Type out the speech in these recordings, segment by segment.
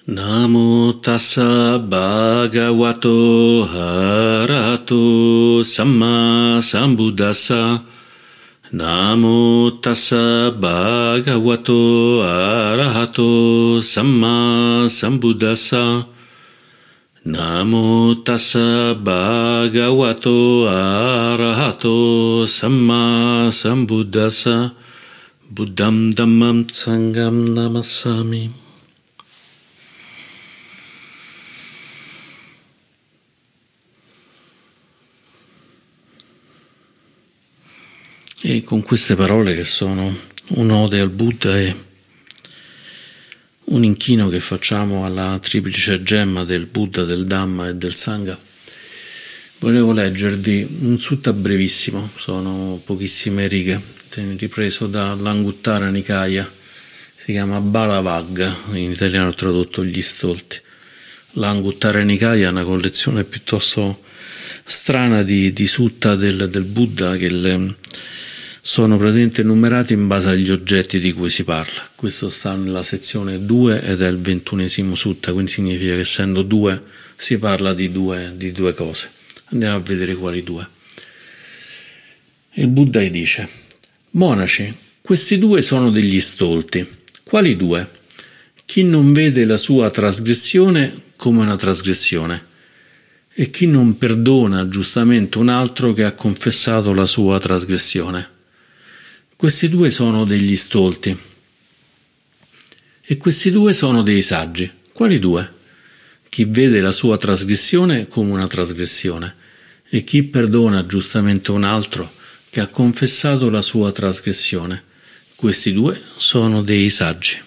Namo tassa bhagavato arahato samma sambuddhassa. Namo tassa bhagavato arahato samma sambuddhassa. Namo tassa bhagavato arahato samma sambuddhassa. Buddham dhammam sangham namassami. E con queste parole, che sono un'ode al Buddha e un inchino che facciamo alla triplice gemma del Buddha, del Dhamma e del Sangha, volevo leggervi un sutta brevissimo, sono pochissime righe, ripreso dall'Anguttara Nikaya, si chiama Balavagga, in italiano tradotto Gli Stolti. L'Anguttara Nikaya è una collezione piuttosto strana di sutta del Buddha che sono praticamente numerati in base agli oggetti di cui si parla. Questo sta nella sezione 2 ed è il 21esimo sutta, quindi significa che essendo due si parla di due cose. Andiamo a vedere quali due. Il Buddha dice: monaci, questi due sono degli stolti. Quali due? Chi non vede la sua trasgressione come una trasgressione e chi non perdona giustamente un altro che ha confessato la sua trasgressione. Questi due sono degli stolti e questi due sono dei saggi. Quali due? Chi vede la sua trasgressione come una trasgressione e chi perdona giustamente un altro che ha confessato la sua trasgressione. Questi due sono dei saggi.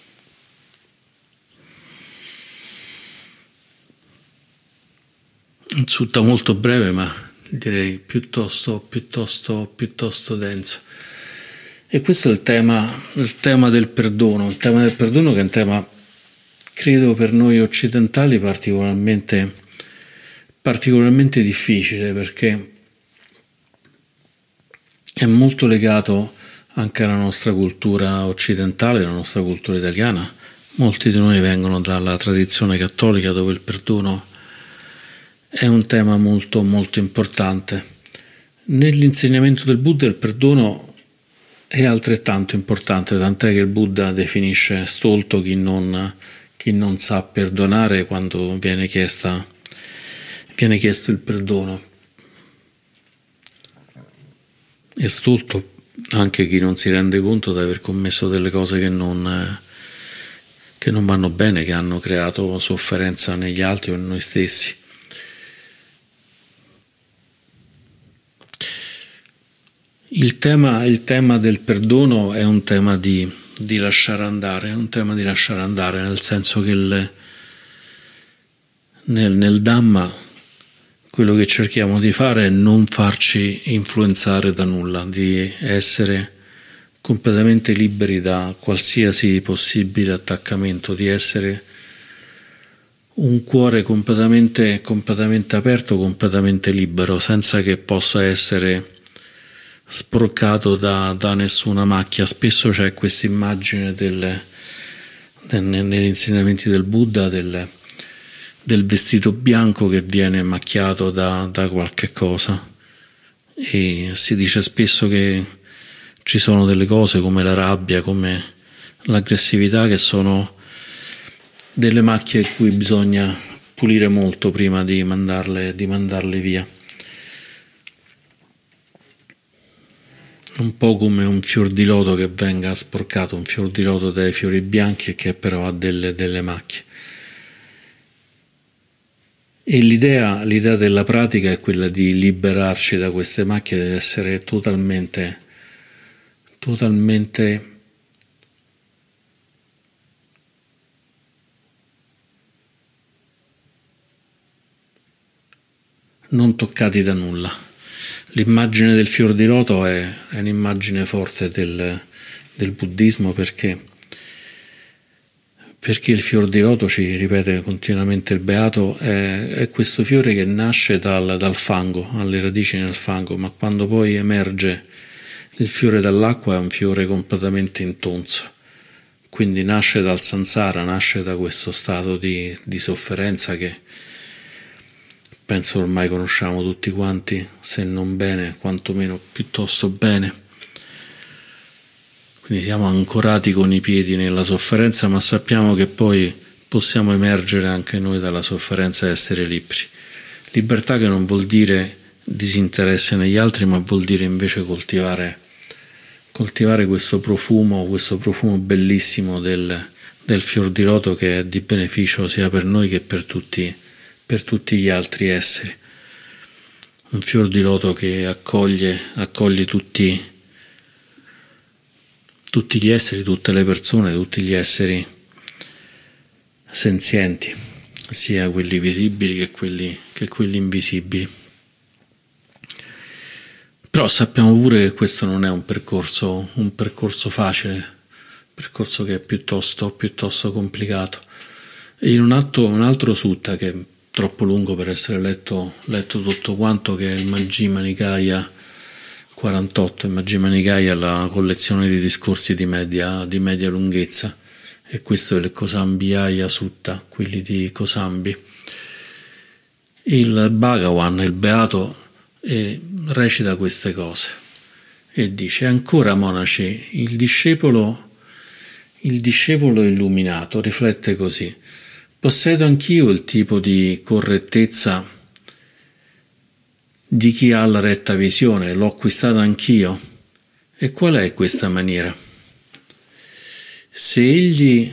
Un sutta molto breve, ma direi piuttosto denso. E questo è il tema del perdono, che è un tema, credo, per noi occidentali particolarmente difficile, perché è molto legato anche alla nostra cultura occidentale, alla nostra cultura italiana. Molti di noi vengono dalla tradizione cattolica, dove il perdono è un tema molto molto importante. Nell'insegnamento del Buddha il perdono è altrettanto importante, tant'è che il Buddha definisce stolto chi non sa perdonare quando viene chiesto il perdono. È stolto anche chi non si rende conto di aver commesso delle cose che non vanno bene, che hanno creato sofferenza negli altri o in noi stessi. Il tema del perdono è un tema di lasciare andare, nel senso che nel Dhamma quello che cerchiamo di fare è non farci influenzare da nulla, di essere completamente liberi da qualsiasi possibile attaccamento, di essere un cuore completamente aperto, completamente libero, senza che possa essere sporcato da nessuna macchia. Spesso c'è questa immagine negli insegnamenti del Buddha del vestito bianco che viene macchiato da qualche cosa, e si dice spesso che ci sono delle cose come la rabbia, come l'aggressività, che sono delle macchie cui bisogna pulire molto prima di mandarle via. Un po' come un fior di loto che venga sporcato, un fior di loto dai fiori bianchi e che però ha delle macchie. E l'idea della pratica è quella di liberarci da queste macchie, di essere totalmente non toccati da nulla. L'immagine del fior di loto è un'immagine forte del buddismo, perché il fior di loto, ci ripete continuamente il Beato, è questo fiore che nasce dal fango, alle radici nel fango, ma quando poi emerge il fiore dall'acqua è un fiore completamente intonso, quindi nasce dal samsara, nasce da questo stato di sofferenza che penso ormai conosciamo tutti quanti, se non bene, quantomeno piuttosto bene. Quindi siamo ancorati con i piedi nella sofferenza, ma sappiamo che poi possiamo emergere anche noi dalla sofferenza e essere liberi. Libertà che non vuol dire disinteresse negli altri, ma vuol dire invece coltivare questo profumo bellissimo del fior di loto, che è di beneficio sia per noi che per tutti gli altri esseri. Un fior di loto che accoglie tutti gli esseri, tutte le persone, tutti gli esseri senzienti, sia quelli visibili che quelli invisibili. Però sappiamo pure che questo non è un percorso facile, un percorso che è piuttosto complicato. E in un altro sutta, che è troppo lungo per essere letto tutto quanto, che è il Majjhima Nikaya 48, il Majjhima Nikaya è la collezione di discorsi di media lunghezza, e questo è il Kosambiyaya Sutta, quelli di Kosambi. Il Bhagavan, il Beato, recita queste cose e dice: ancora, monaci, il discepolo illuminato riflette così: possiedo anch'io il tipo di correttezza di chi ha la retta visione, l'ho acquistata anch'io. E qual è questa maniera? Se egli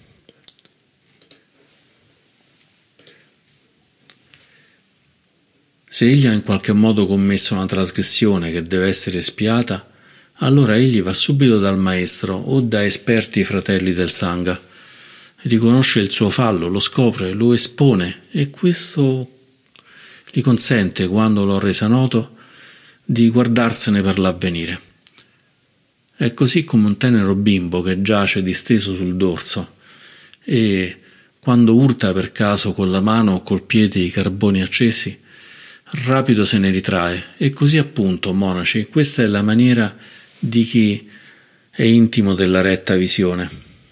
ha in qualche modo commesso una trasgressione che deve essere espiata, allora egli va subito dal maestro o da esperti fratelli del Sangha, riconosce il suo fallo, lo scopre, lo espone, e questo gli consente, quando l'ho resa noto, di guardarsene per l'avvenire. È così come un tenero bimbo che giace disteso sul dorso e, quando urta per caso con la mano o col piede i carboni accesi, rapido se ne ritrae. E così appunto, monaci, questa è la maniera di chi è intimo della retta visione.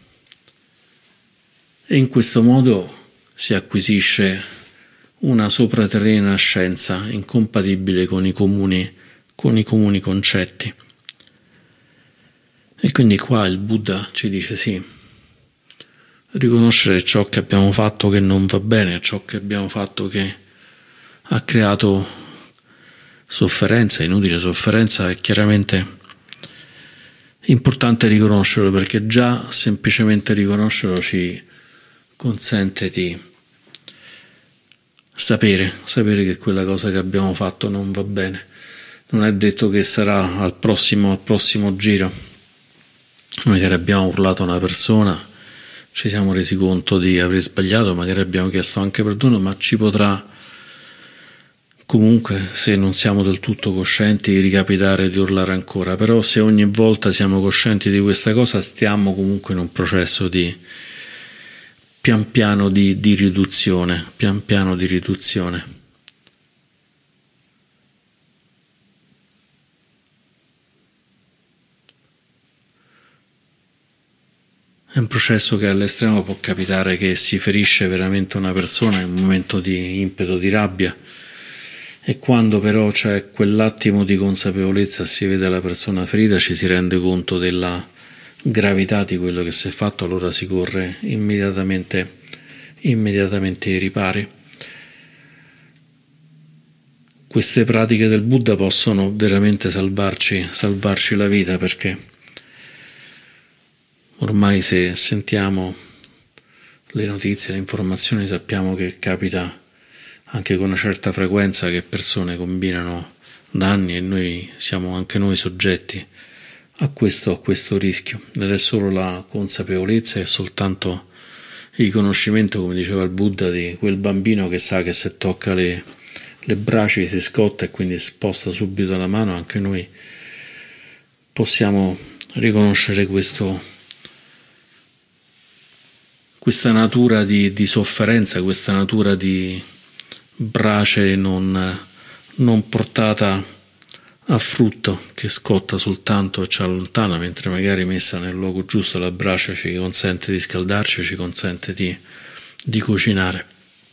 E in questo modo si acquisisce una sopraterrena scienza incompatibile con i comuni concetti. E quindi qua il Buddha ci dice sì, riconoscere ciò che abbiamo fatto che non va bene, ciò che abbiamo fatto che ha creato sofferenza, inutile sofferenza, è chiaramente importante riconoscerlo, perché già semplicemente riconoscerlo ci consente di sapere che quella cosa che abbiamo fatto non va bene. Non è detto che sarà al prossimo giro. Magari abbiamo urlato a una persona, ci siamo resi conto di aver sbagliato, magari abbiamo chiesto anche perdono, ma ci potrà comunque, se non siamo del tutto coscienti, ricapitare di urlare ancora. Però se ogni volta siamo coscienti di questa cosa, stiamo comunque in un processo di pian piano di riduzione. È un processo che all'estremo può capitare che si ferisce veramente una persona in un momento di impeto di rabbia, e quando però c'è quell'attimo di consapevolezza, si vede la persona ferita, ci si rende conto della gravità di quello che si è fatto, allora si corre immediatamente ai ripari. Queste pratiche del Buddha possono veramente salvarci la vita, perché ormai, se sentiamo le notizie, le informazioni, sappiamo che capita anche con una certa frequenza che persone combinano danni, e noi siamo anche noi soggetti a questo rischio. Ed è solo la consapevolezza, è soltanto il riconoscimento, come diceva il Buddha, di quel bambino che sa che se tocca le braccia si scotta e quindi sposta subito la mano. Anche noi possiamo riconoscere questa natura di sofferenza, questa natura di brace non portata a frutto che scotta soltanto e ci allontana, mentre magari messa nel luogo giusto la brace ci consente di scaldarci, ci consente di cucinare.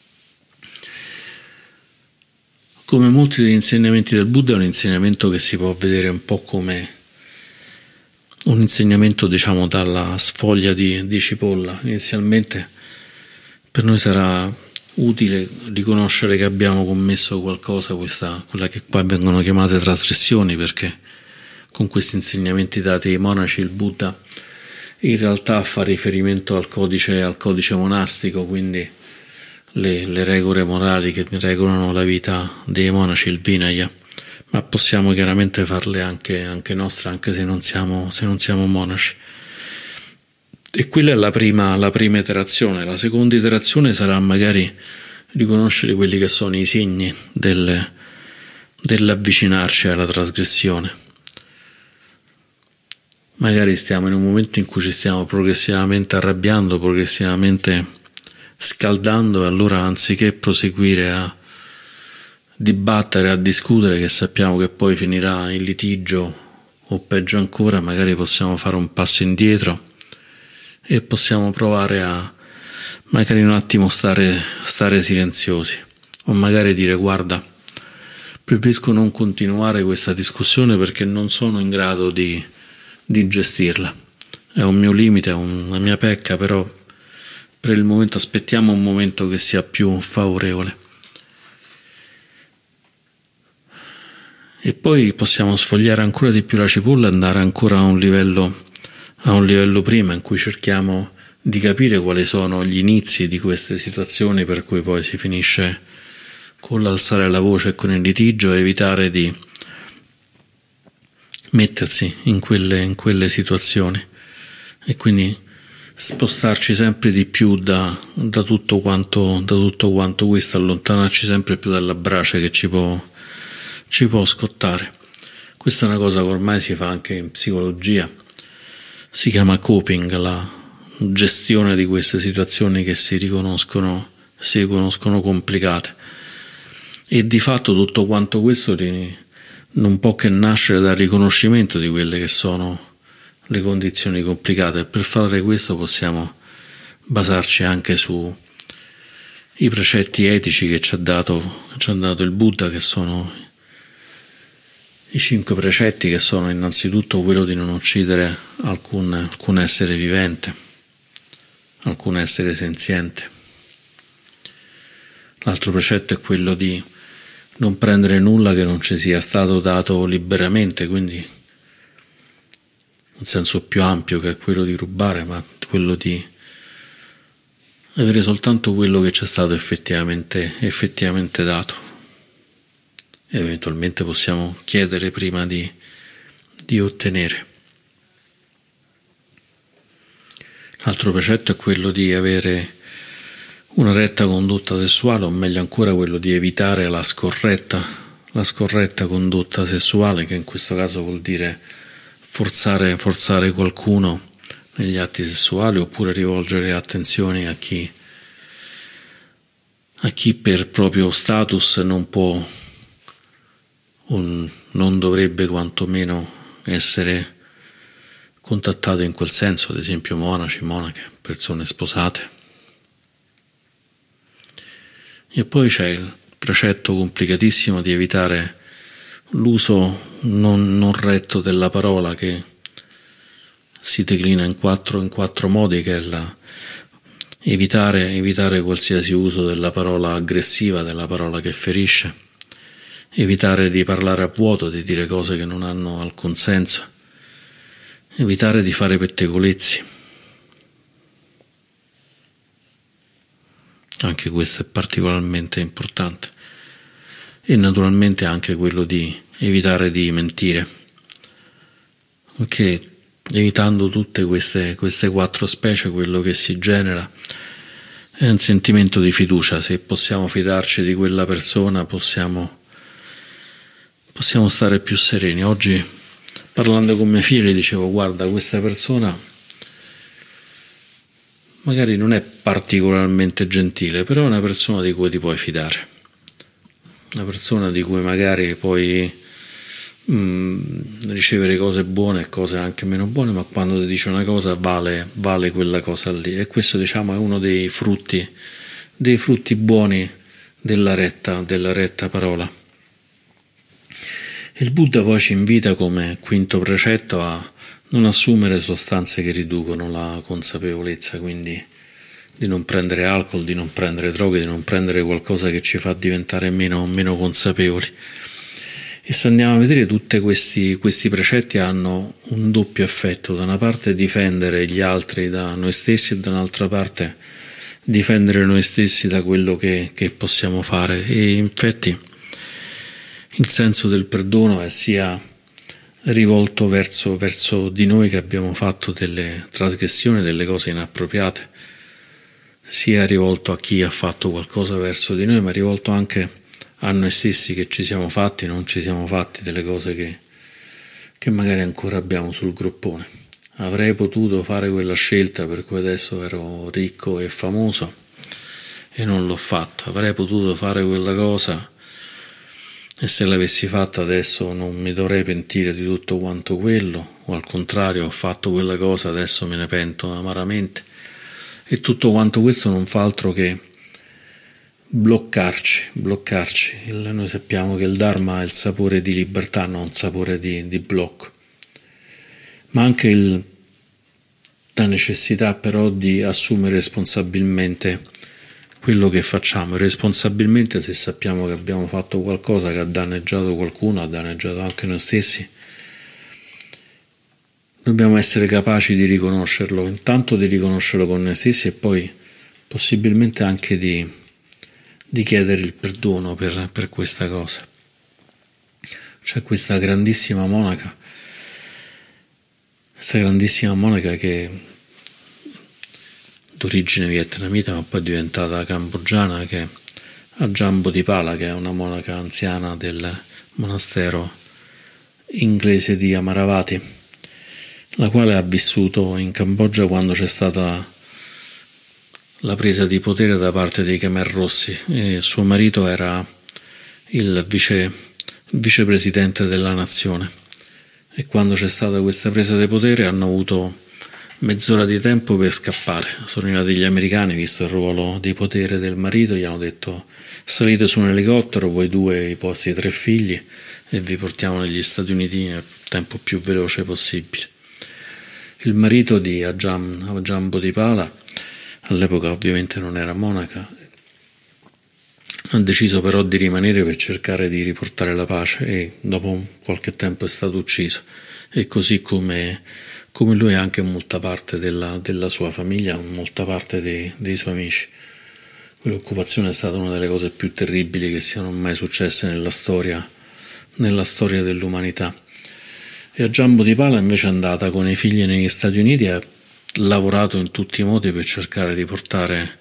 Come molti degli insegnamenti del Buddha, è un insegnamento che si può vedere un po' come un insegnamento, diciamo, dalla sfoglia di cipolla. Inizialmente per noi sarà utile riconoscere che abbiamo commesso qualcosa, quella che qua vengono chiamate trasgressioni, perché con questi insegnamenti dati ai monaci il Buddha in realtà fa riferimento al codice monastico, quindi le regole morali che regolano la vita dei monaci, il Vinaya, ma possiamo chiaramente farle anche nostre, anche se non siamo monaci. E quella è la prima iterazione. La seconda iterazione sarà magari riconoscere quelli che sono i segni dell'avvicinarci alla trasgressione. Magari stiamo in un momento in cui ci stiamo progressivamente arrabbiando, progressivamente scaldando, e allora anziché proseguire a dibattere, a discutere, che sappiamo che poi finirà in litigio o peggio ancora, magari possiamo fare un passo indietro e possiamo provare a magari un attimo stare silenziosi, o magari dire: guarda, preferisco non continuare questa discussione perché non sono in grado di gestirla, è un mio limite, è una mia pecca, però per il momento aspettiamo un momento che sia più favorevole. E poi possiamo sfogliare ancora di più la cipolla e andare ancora a un livello prima, in cui cerchiamo di capire quali sono gli inizi di queste situazioni per cui poi si finisce con l'alzare la voce e con il litigio, e evitare di mettersi in quelle situazioni, e quindi spostarci sempre di più da tutto quanto questo, allontanarci sempre più dalla brace che ci può scottare. Questa è una cosa che ormai si fa anche in psicologia, si chiama coping, la gestione di queste situazioni che si riconoscono complicate, e di fatto tutto quanto questo non può che nascere dal riconoscimento di quelle che sono le condizioni complicate. Per fare questo possiamo basarci anche su i precetti etici che ci ha dato il Buddha, che sono i 5 precetti, che sono innanzitutto quello di non uccidere alcun essere vivente, alcun essere senziente. L'altro precetto è quello di non prendere nulla che non ci sia stato dato liberamente, quindi in senso più ampio, che è quello di rubare, ma quello di avere soltanto quello che ci è stato effettivamente dato. E eventualmente possiamo chiedere prima di ottenere. L'altro precetto è quello di avere una retta condotta sessuale, o meglio ancora quello di evitare la scorretta condotta sessuale, che in questo caso vuol dire forzare qualcuno negli atti sessuali, oppure rivolgere attenzioni a chi per proprio status non può o non dovrebbe quantomeno essere contattato in quel senso, ad esempio monaci, monache, persone sposate. E poi c'è il precetto complicatissimo di evitare l'uso non retto della parola, che si declina in quattro modi, che è evitare qualsiasi uso della parola aggressiva, della parola che ferisce, evitare di parlare a vuoto, di dire cose che non hanno alcun senso, evitare di fare pettegolezzi. Anche questo è particolarmente importante. E naturalmente anche quello di evitare di mentire, perché evitando tutte queste 4 specie, quello che si genera è un sentimento di fiducia. Se possiamo fidarci di quella persona, possiamo stare più sereni. Oggi, parlando con mia figlia, le dicevo: guarda, questa persona magari non è particolarmente gentile, però è una persona di cui ti puoi fidare, una persona di cui magari puoi ricevere cose buone e cose anche meno buone, ma quando ti dice una cosa vale quella cosa lì, e questo diciamo è uno dei frutti buoni della retta parola. Il Buddha poi ci invita come quinto precetto a non assumere sostanze che riducono la consapevolezza, quindi di non prendere alcol, di non prendere droghe, di non prendere qualcosa che ci fa diventare meno consapevoli. E se andiamo a vedere, tutti questi precetti hanno un doppio effetto: da una parte difendere gli altri da noi stessi, e da un'altra parte difendere noi stessi da quello che possiamo fare. E infatti il senso del perdono è sia rivolto verso di noi che abbiamo fatto delle trasgressioni, delle cose inappropriate, sia rivolto a chi ha fatto qualcosa verso di noi, ma rivolto anche a noi stessi, che ci siamo fatti, non ci siamo fatti delle cose che magari ancora abbiamo sul groppone. Avrei potuto fare quella scelta per cui adesso ero ricco e famoso e non l'ho fatta. Avrei potuto fare quella cosa e se l'avessi fatta adesso non mi dovrei pentire di tutto quanto quello, o al contrario, ho fatto quella cosa, adesso me ne pento amaramente. E tutto quanto questo non fa altro che bloccarci. Noi sappiamo che il Dharma ha il sapore di libertà, non un sapore di blocco, ma anche la necessità però di assumere responsabilmente quello che facciamo, responsabilmente se sappiamo che abbiamo fatto qualcosa che ha danneggiato qualcuno, ha danneggiato anche noi stessi. Dobbiamo essere capaci di riconoscerlo, intanto di riconoscerlo con noi stessi e poi possibilmente anche di chiedere il perdono per questa cosa. C'è questa grandissima monaca che d'origine vietnamita ma poi è diventata cambogiana, che è Ajahn Bodhipala, che è una monaca anziana del monastero inglese di Amaravati, la quale ha vissuto in Cambogia quando c'è stata la presa di potere da parte dei Khmer Rossi, e suo marito era il vicepresidente della nazione, e quando c'è stata questa presa di potere hanno avuto mezz'ora di tempo per scappare. Sono arrivati gli americani, visto il ruolo di potere del marito, gli hanno detto: salite su un elicottero, voi due e i vostri 3 figli, e vi portiamo negli Stati Uniti nel tempo più veloce possibile. Il marito di Ajahn Bodhipala, all'epoca ovviamente non era monaca, ha deciso però di rimanere per cercare di riportare la pace, e dopo qualche tempo è stato ucciso, e così come lui anche molta parte della sua famiglia, molta parte dei suoi amici. Quell'occupazione è stata una delle cose più terribili che siano mai successe nella storia dell'umanità. E Ajahn Bodhipala invece è andata con i figli negli Stati Uniti e ha lavorato in tutti i modi per cercare di portare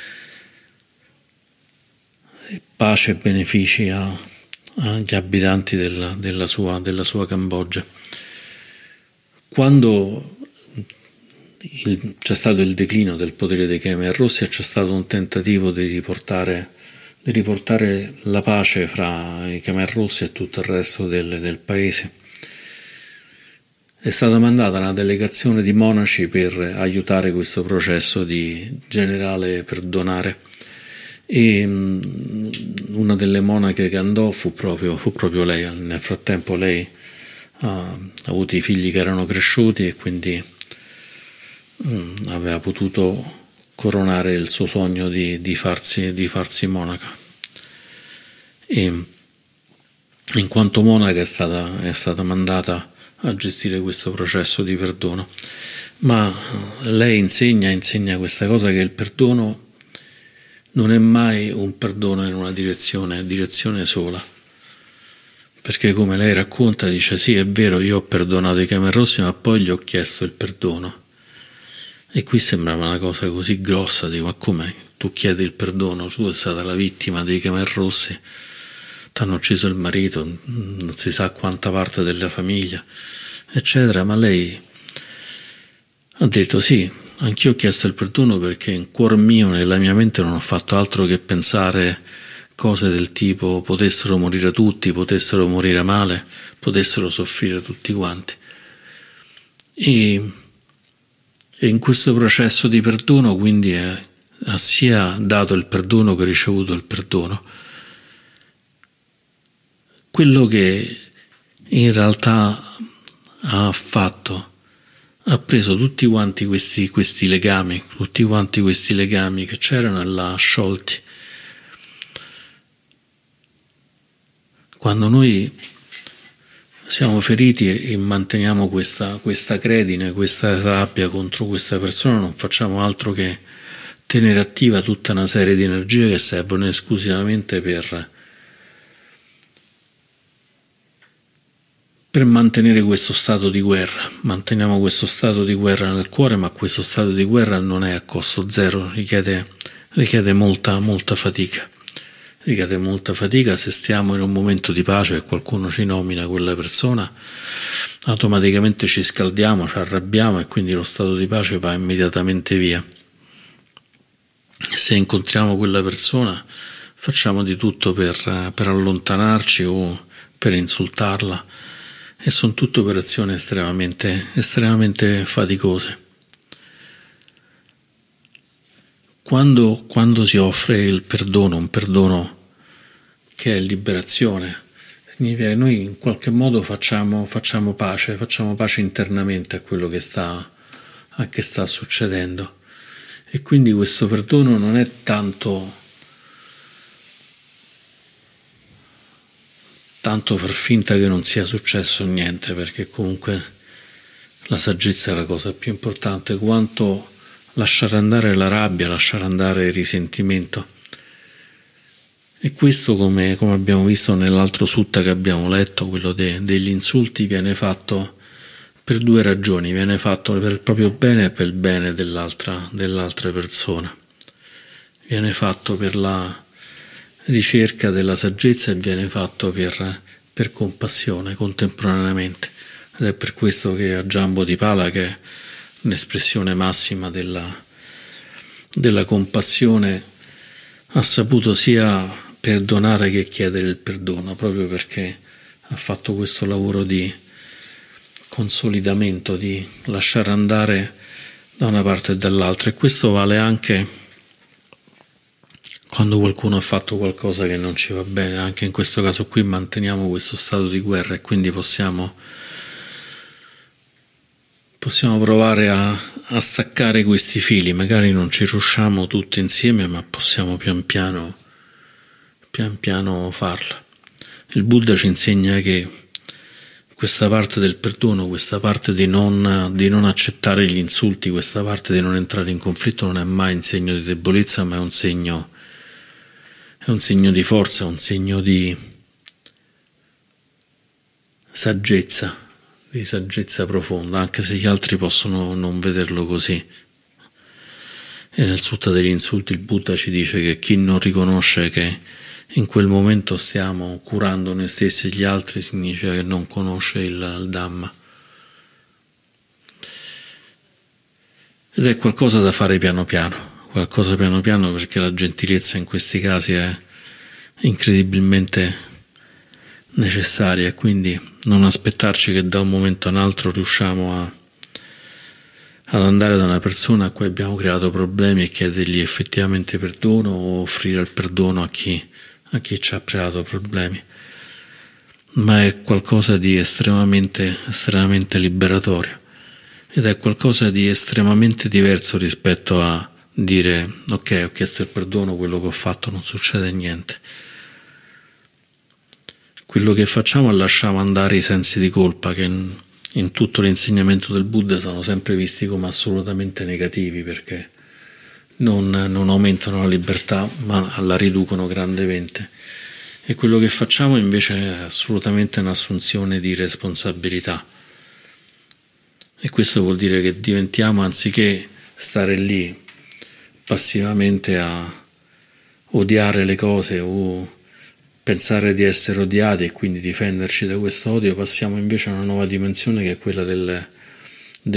pace e benefici agli abitanti della sua Cambogia. Quando c'è stato il declino del potere dei Khmer Rossi, c'è stato un tentativo di riportare la pace fra i Khmer Rossi e tutto il resto del paese. È stata mandata una delegazione di monaci per aiutare questo processo di generale perdonare, e una delle monache che andò fu proprio lei. Nel frattempo lei ha avuto i figli che erano cresciuti e quindi aveva potuto coronare il suo sogno di farsi monaca, e in quanto monaca è stata mandata a gestire questo processo di perdono. Ma lei insegna questa cosa, che il perdono non è mai un perdono in una direzione sola, perché come lei racconta, dice: sì, è vero, io ho perdonato i Khmer Rossi, ma poi gli ho chiesto il perdono. E qui sembrava una cosa così grossa, dico: ma come tu chiedi il perdono? Tu sei stata la vittima dei Khmer Rossi, ti hanno ucciso il marito, non si sa quanta parte della famiglia, eccetera. Ma lei ha detto: sì, anch'io ho chiesto il perdono perché in cuor mio, nella mia mente, non ho fatto altro che pensare cose del tipo potessero morire tutti, potessero morire male, potessero soffrire tutti quanti. E in questo processo di perdono quindi ha sia dato il perdono che ricevuto il perdono. Quello che in realtà ha fatto, ha preso tutti quanti questi legami, tutti quanti questi legami che c'erano e l'ha sciolti. Quando noi siamo feriti e manteniamo questa credine, questa rabbia contro questa persona, non facciamo altro che tenere attiva tutta una serie di energie che servono esclusivamente per mantenere questo stato di guerra. Manteniamo questo stato di guerra nel cuore, ma questo stato di guerra non è a costo zero, richiede molta fatica. Richiede molta fatica. Se stiamo in un momento di pace e qualcuno ci nomina quella persona, automaticamente ci scaldiamo, ci arrabbiamo e quindi lo stato di pace va immediatamente via. Se incontriamo quella persona facciamo di tutto per allontanarci o per insultarla, e sono tutte operazioni estremamente faticose. Quando si offre il perdono, un perdono che è liberazione, significa che noi in qualche modo facciamo pace internamente a quello che sta succedendo, e quindi questo perdono non è tanto far finta che non sia successo niente, perché comunque la saggezza è la cosa più importante, quanto lasciare andare la rabbia, lasciare andare il risentimento. E questo, come abbiamo visto nell'altro sutta che abbiamo letto, quello degli insulti, viene fatto per due ragioni: viene fatto per il proprio bene e per il bene dell'altra persona, viene fatto per la ricerca della saggezza e viene fatto per compassione contemporaneamente. Ed è per questo che a Jambudipala, che è un'espressione massima della compassione, ha saputo sia perdonare che chiedere il perdono, proprio perché ha fatto questo lavoro di consolidamento, di lasciare andare da una parte e dall'altra. E questo vale anche quando qualcuno ha fatto qualcosa che non ci va bene. Anche in questo caso qui manteniamo questo stato di guerra e quindi possiamo provare a staccare questi fili. Magari non ci riusciamo tutti insieme, ma possiamo pian piano farla. Il Buddha ci insegna che questa parte del perdono, questa parte di non accettare gli insulti, questa parte di non entrare in conflitto non è mai un segno di debolezza, ma è un segno di forza, un segno di saggezza profonda, anche se gli altri possono non vederlo così. E nel Sutta degli insulti il Buddha ci dice che chi non riconosce che in quel momento stiamo curando noi stessi e gli altri significa che non conosce il Dhamma. Ed è qualcosa da fare piano piano, perché la gentilezza in questi casi è incredibilmente necessaria, e quindi non aspettarci che da un momento a un altro riusciamo ad andare da una persona a cui abbiamo creato problemi e chiedergli effettivamente perdono, o offrire il perdono a chi ci ha creato problemi, ma è qualcosa di estremamente liberatorio, ed è qualcosa di estremamente diverso rispetto a dire ok, ho chiesto il perdono, quello che ho fatto non succede niente. Quello che facciamo è lasciamo andare i sensi di colpa, che in tutto l'insegnamento del Buddha sono sempre visti come assolutamente negativi, perché non aumentano la libertà ma la riducono grandemente. E quello che facciamo invece è assolutamente un'assunzione di responsabilità, e questo vuol dire che diventiamo, anziché stare lì passivamente a odiare le cose o pensare di essere odiati e quindi difenderci da questo odio, passiamo invece a una nuova dimensione, che è quella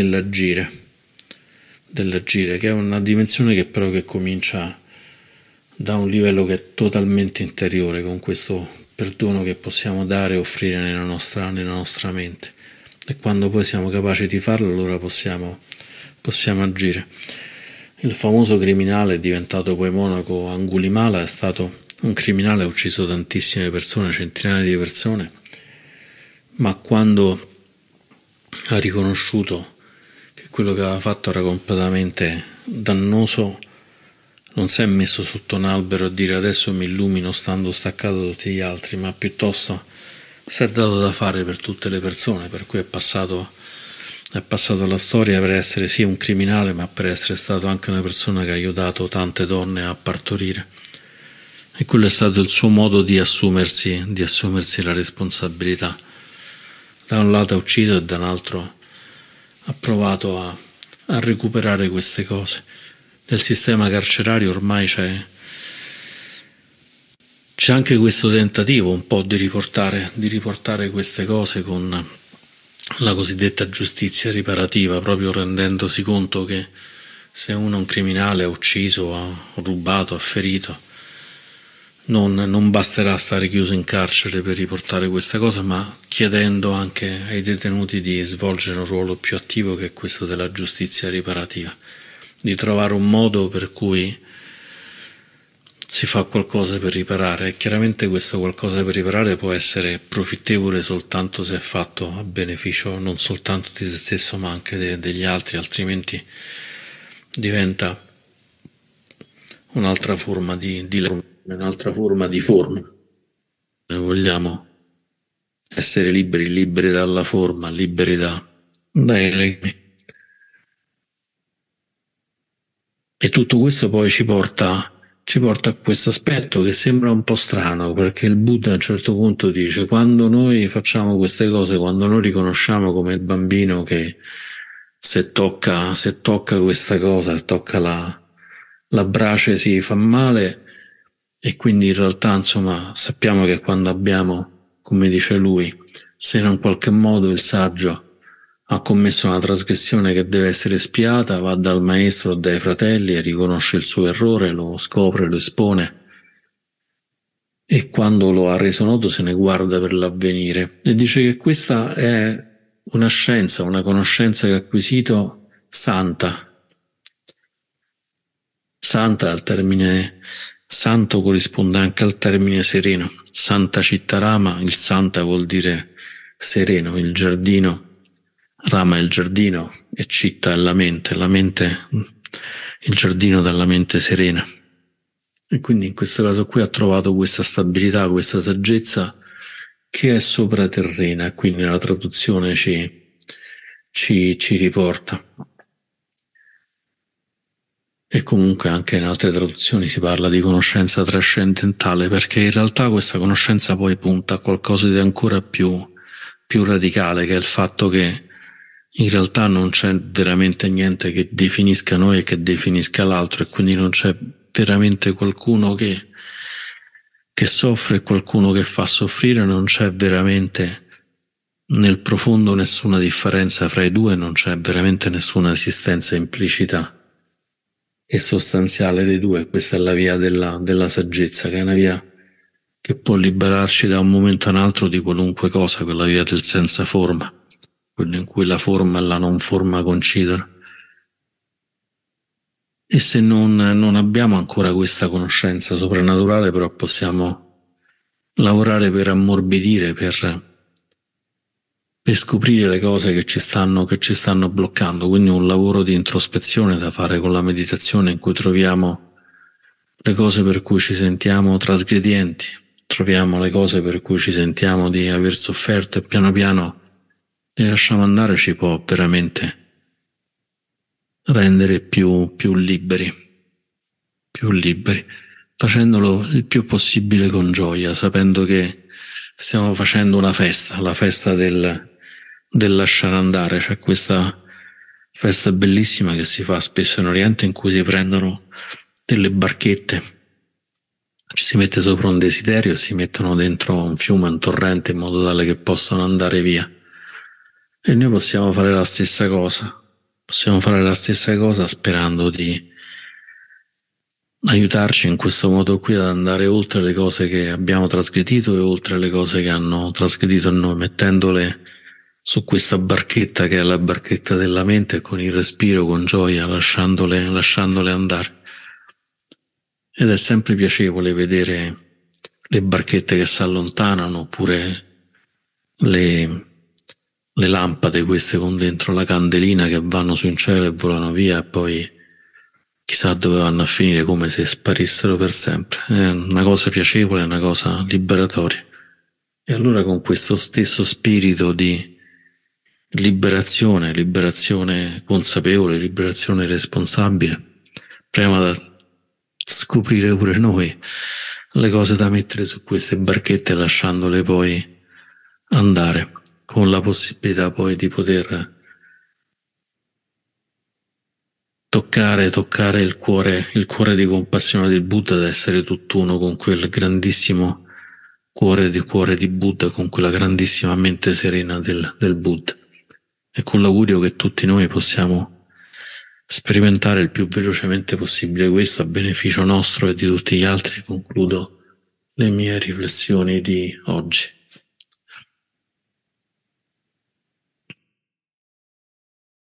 dell'agire, che è una dimensione che però che comincia da un livello che è totalmente interiore, con questo perdono che possiamo dare e offrire nella nostra mente. E quando poi siamo capaci di farlo, allora possiamo agire. Il famoso criminale diventato poi monaco Angulimala è stato un criminale, ha ucciso tantissime persone, centinaia di persone, ma quando ha riconosciuto che quello che aveva fatto era completamente dannoso, non si è messo sotto un albero a dire adesso mi illumino stando staccato da tutti gli altri, ma piuttosto si è dato da fare per tutte le persone, per cui è passato alla storia per essere sì un criminale, ma per essere stato anche una persona che ha aiutato tante donne a partorire. E quello è stato il suo modo di assumersi la responsabilità. Da un lato ha ucciso e da un altro ha provato a recuperare queste cose. Nel sistema carcerario ormai c'è anche questo tentativo un po' di riportare queste cose con la cosiddetta giustizia riparativa, proprio rendendosi conto che se uno è un criminale, ha ucciso, ha rubato, ha ferito, non basterà stare chiuso in carcere per riportare questa cosa, ma chiedendo anche ai detenuti di svolgere un ruolo più attivo, che è questo della giustizia riparativa, di trovare un modo per cui si fa qualcosa per riparare. E chiaramente questo qualcosa per riparare può essere profittevole soltanto se è fatto a beneficio non soltanto di se stesso ma anche degli altri, altrimenti diventa un'altra forma di forma. Noi vogliamo essere liberi dalla forma, liberi dai legami. E tutto questo poi ci porta a questo aspetto che sembra un po' strano, perché il Buddha a un certo punto dice: quando noi facciamo queste cose, quando noi riconosciamo come il bambino che se tocca questa cosa, tocca la brace si fa male, e quindi in realtà insomma sappiamo che quando abbiamo, come dice lui, se in un qualche modo il saggio ha commesso una trasgressione che deve essere espiata, va dal maestro o dai fratelli e riconosce il suo errore, lo scopre, lo espone, e quando lo ha reso noto se ne guarda per l'avvenire. E dice che questa è una scienza, una conoscenza che ha acquisito santa. Santa, al termine santo corrisponde anche al termine sereno. Santa Cittarama, il santa vuol dire sereno, il giardino. Rama è il giardino e Citta è la mente, il giardino della mente serena. E quindi in questo caso qui ha trovato questa stabilità, questa saggezza che è sopraterrena, quindi la traduzione ci riporta. E comunque anche in altre traduzioni si parla di conoscenza trascendentale, perché in realtà questa conoscenza poi punta a qualcosa di ancora più radicale, che è il fatto che in realtà non c'è veramente niente che definisca noi e che definisca l'altro, e quindi non c'è veramente qualcuno che soffre e qualcuno che fa soffrire, non c'è veramente nel profondo nessuna differenza fra i due, non c'è veramente nessuna esistenza implicita e sostanziale dei due. Questa è la via della saggezza, che è una via che può liberarci da un momento a un altro di qualunque cosa, quella via del senza forma, quello in cui la forma e la non forma coincidono. E se non abbiamo ancora questa conoscenza soprannaturale, però possiamo lavorare per ammorbidire, per scoprire le cose che ci stanno bloccando. Quindi un lavoro di introspezione da fare con la meditazione, in cui troviamo le cose per cui ci sentiamo trasgredienti, troviamo le cose per cui ci sentiamo di aver sofferto, e piano piano le lasciamo andare, ci può veramente rendere più liberi, facendolo il più possibile con gioia, sapendo che stiamo facendo una festa, la festa del lasciare andare. C'è questa festa bellissima che si fa spesso in Oriente, in cui si prendono delle barchette, ci si mette sopra un desiderio e si mettono dentro un fiume, un torrente, in modo tale che possano andare via. E noi possiamo fare la stessa cosa, sperando di aiutarci in questo modo qui ad andare oltre le cose che abbiamo trasgredito e oltre le cose che hanno trasgredito a noi, mettendole su questa barchetta che è la barchetta della mente e con il respiro, con gioia, lasciandole andare. Ed è sempre piacevole vedere le barchette che si allontanano, oppure le lampade, queste con dentro la candelina, che vanno su in cielo e volano via e poi chissà dove vanno a finire, come se sparissero per sempre. È una cosa piacevole, è una cosa liberatoria. E allora con questo stesso spirito di liberazione consapevole, liberazione responsabile, proviamo da scoprire pure noi le cose da mettere su queste barchette, lasciandole poi andare, con la possibilità poi di poter toccare il cuore di compassione del Buddha, ad essere tutt'uno con quel grandissimo cuore di Buddha, con quella grandissima mente serena del Buddha. E con l'augurio che tutti noi possiamo sperimentare il più velocemente possibile questo a beneficio nostro e di tutti gli altri, concludo le mie riflessioni di oggi.